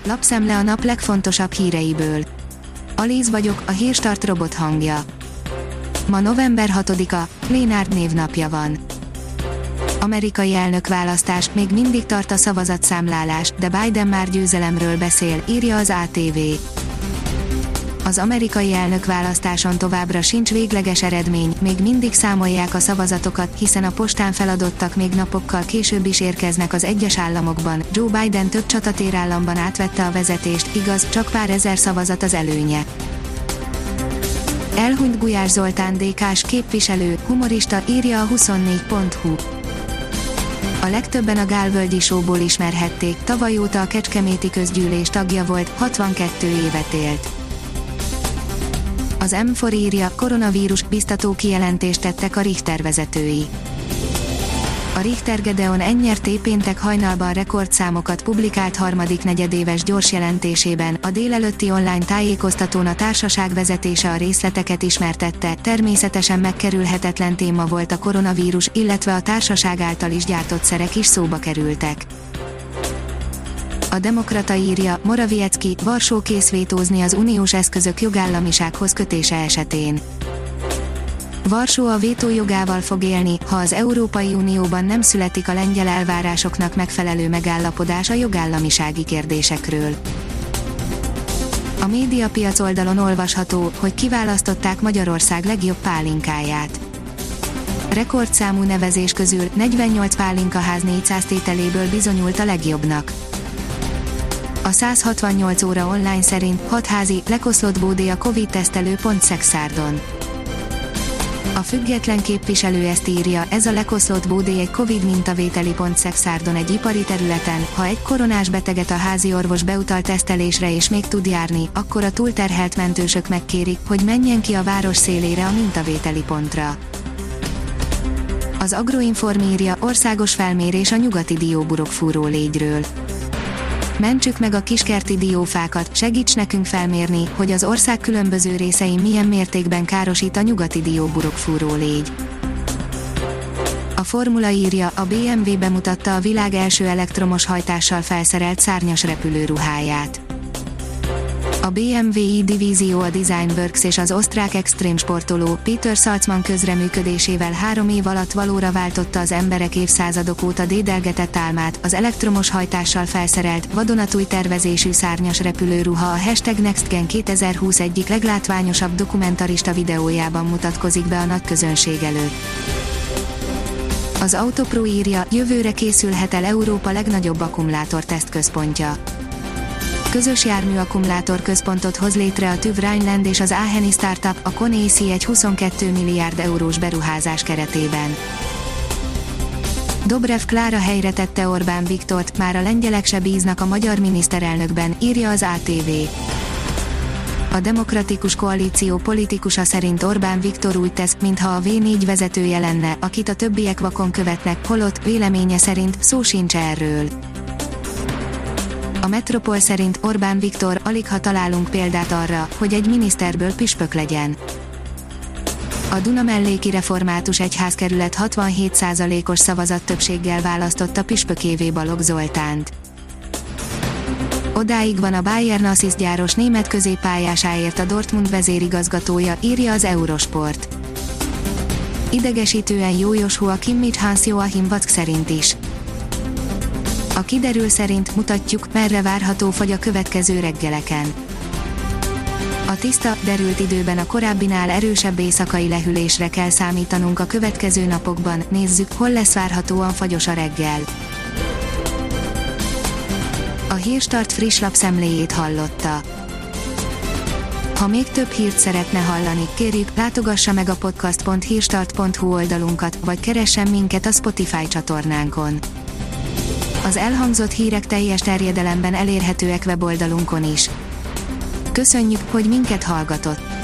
Lapszemle a nap legfontosabb híreiből. Alíz vagyok, a Hírstart robot hangja. Ma november 6-a, Lénárd névnapja van. Amerikai elnökválasztás, még mindig tart a szavazatszámlálás, de Biden már győzelemről beszél, írja az ATV. Az amerikai elnökválasztáson továbbra sincs végleges eredmény, még mindig számolják a szavazatokat, hiszen a postán feladottak még napokkal később is érkeznek az egyes államokban. Joe Biden több csatatérállamban átvette a vezetést, igaz, csak pár ezer szavazat az előnye. Elhunyt Gulyás Zoltán DK-s képviselő, humorista, írja a 24.hu. A legtöbben a Gál-völgyi showból ismerhették, tavaly óta a Kecskeméti Közgyűlés tagja volt, 62 évet élt. Az M4 írja, koronavírus, biztató kijelentést tettek a Richter vezetői. A Richter Gedeon NRT péntek hajnalban rekordszámokat publikált harmadik negyedéves gyors jelentésében, a délelőtti online tájékoztatón a társaság vezetése a részleteket ismertette, természetesen megkerülhetetlen téma volt a koronavírus, illetve a társaság által is gyártott szerek is szóba kerültek. A Demokrata írja, Morawiecki, Varsó kész vétózni az uniós eszközök jogállamisághoz kötése esetén. Varsó a vétó jogával fog élni, ha az Európai Unióban nem születik a lengyel elvárásoknak megfelelő megállapodás a jogállamisági kérdésekről. A Médiapiac oldalon olvasható, hogy kiválasztották Magyarország legjobb pálinkáját. Rekordszámú nevezés közül 48 pálinkaház 400 tételéből bizonyult a legjobbnak. A 168 óra online szerint 6 házi, lekoszlott bódé a Covid-tesztelő pont Szexárdon. A független képviselő ezt írja, ez a lekoszlott bódé egy Covid mintavételi pont Szexárdon egy ipari területen, ha egy koronás beteget a házi orvos beutal tesztelésre és még tud járni, akkor a túlterhelt mentősök megkérik, hogy menjen ki a város szélére a mintavételi pontra. Az Agroinform írja, országos felmérés a nyugati dióburokfúró légyről. Mentsük meg a kiskerti diófákat, segíts nekünk felmérni, hogy az ország különböző részein milyen mértékben károsít a nyugati dióburokfúró légy. A Formula írja, a BMW bemutatta a világ első elektromos hajtással felszerelt szárnyas repülőruháját. A BMW i-divízió a Designworks és az osztrák extrém sportoló Peter Salzman közreműködésével 3 év alatt valóra váltotta az emberek évszázadok óta dédelgetett álmát, az elektromos hajtással felszerelt, vadonatúj tervezésű szárnyas repülőruha a #NextGen 2020 egyik leglátványosabb dokumentarista videójában mutatkozik be a nagy közönség előtt. Az Autopro írja, jövőre készülhet el Európa legnagyobb akkumulátor tesztközpontja. Közös jármű akkumulátor központot hoz létre a TÜV Rheinland és az Aacheni startup, a ConAC egy 22 milliárd eurós beruházás keretében. Dobrev Klára helyre tette Orbán Viktort, már a lengyelek se bíznak a magyar miniszterelnökben, írja az ATV. A Demokratikus Koalíció politikusa szerint Orbán Viktor úgy tesz, mintha a V4 vezetője lenne, akit a többiek vakon követnek, holott, véleménye szerint, szó sincs erről. A Metropol szerint Orbán Viktor, aligha találunk példát arra, hogy egy miniszterből püspök legyen. A Dunamelléki Református Egyházkerület 67%-os szavazattöbbséggel választotta püspökévé Balogh Zoltánt. Odáig van a Bayern asszisztgyáros német középpályásáért a Dortmund vezérigazgatója, írja az Eurosport. Idegesítően jó Joshua Kimmich Hans-Joachim Watzke szerint is. A kiderül szerint mutatjuk, merre várható fagy a következő reggeleken. A tiszta, derült időben a korábbinál erősebb éjszakai lehűlésre kell számítanunk a következő napokban, nézzük, hol lesz várhatóan fagyos a reggel. A Hírstart friss lapszemléjét hallotta. Ha még több hírt szeretne hallani, kérjük, látogassa meg a podcast.hírstart.hu oldalunkat, vagy keressen minket a Spotify csatornánkon. Az elhangzott hírek teljes terjedelemben elérhetőek weboldalunkon is. Köszönjük, hogy minket hallgatott!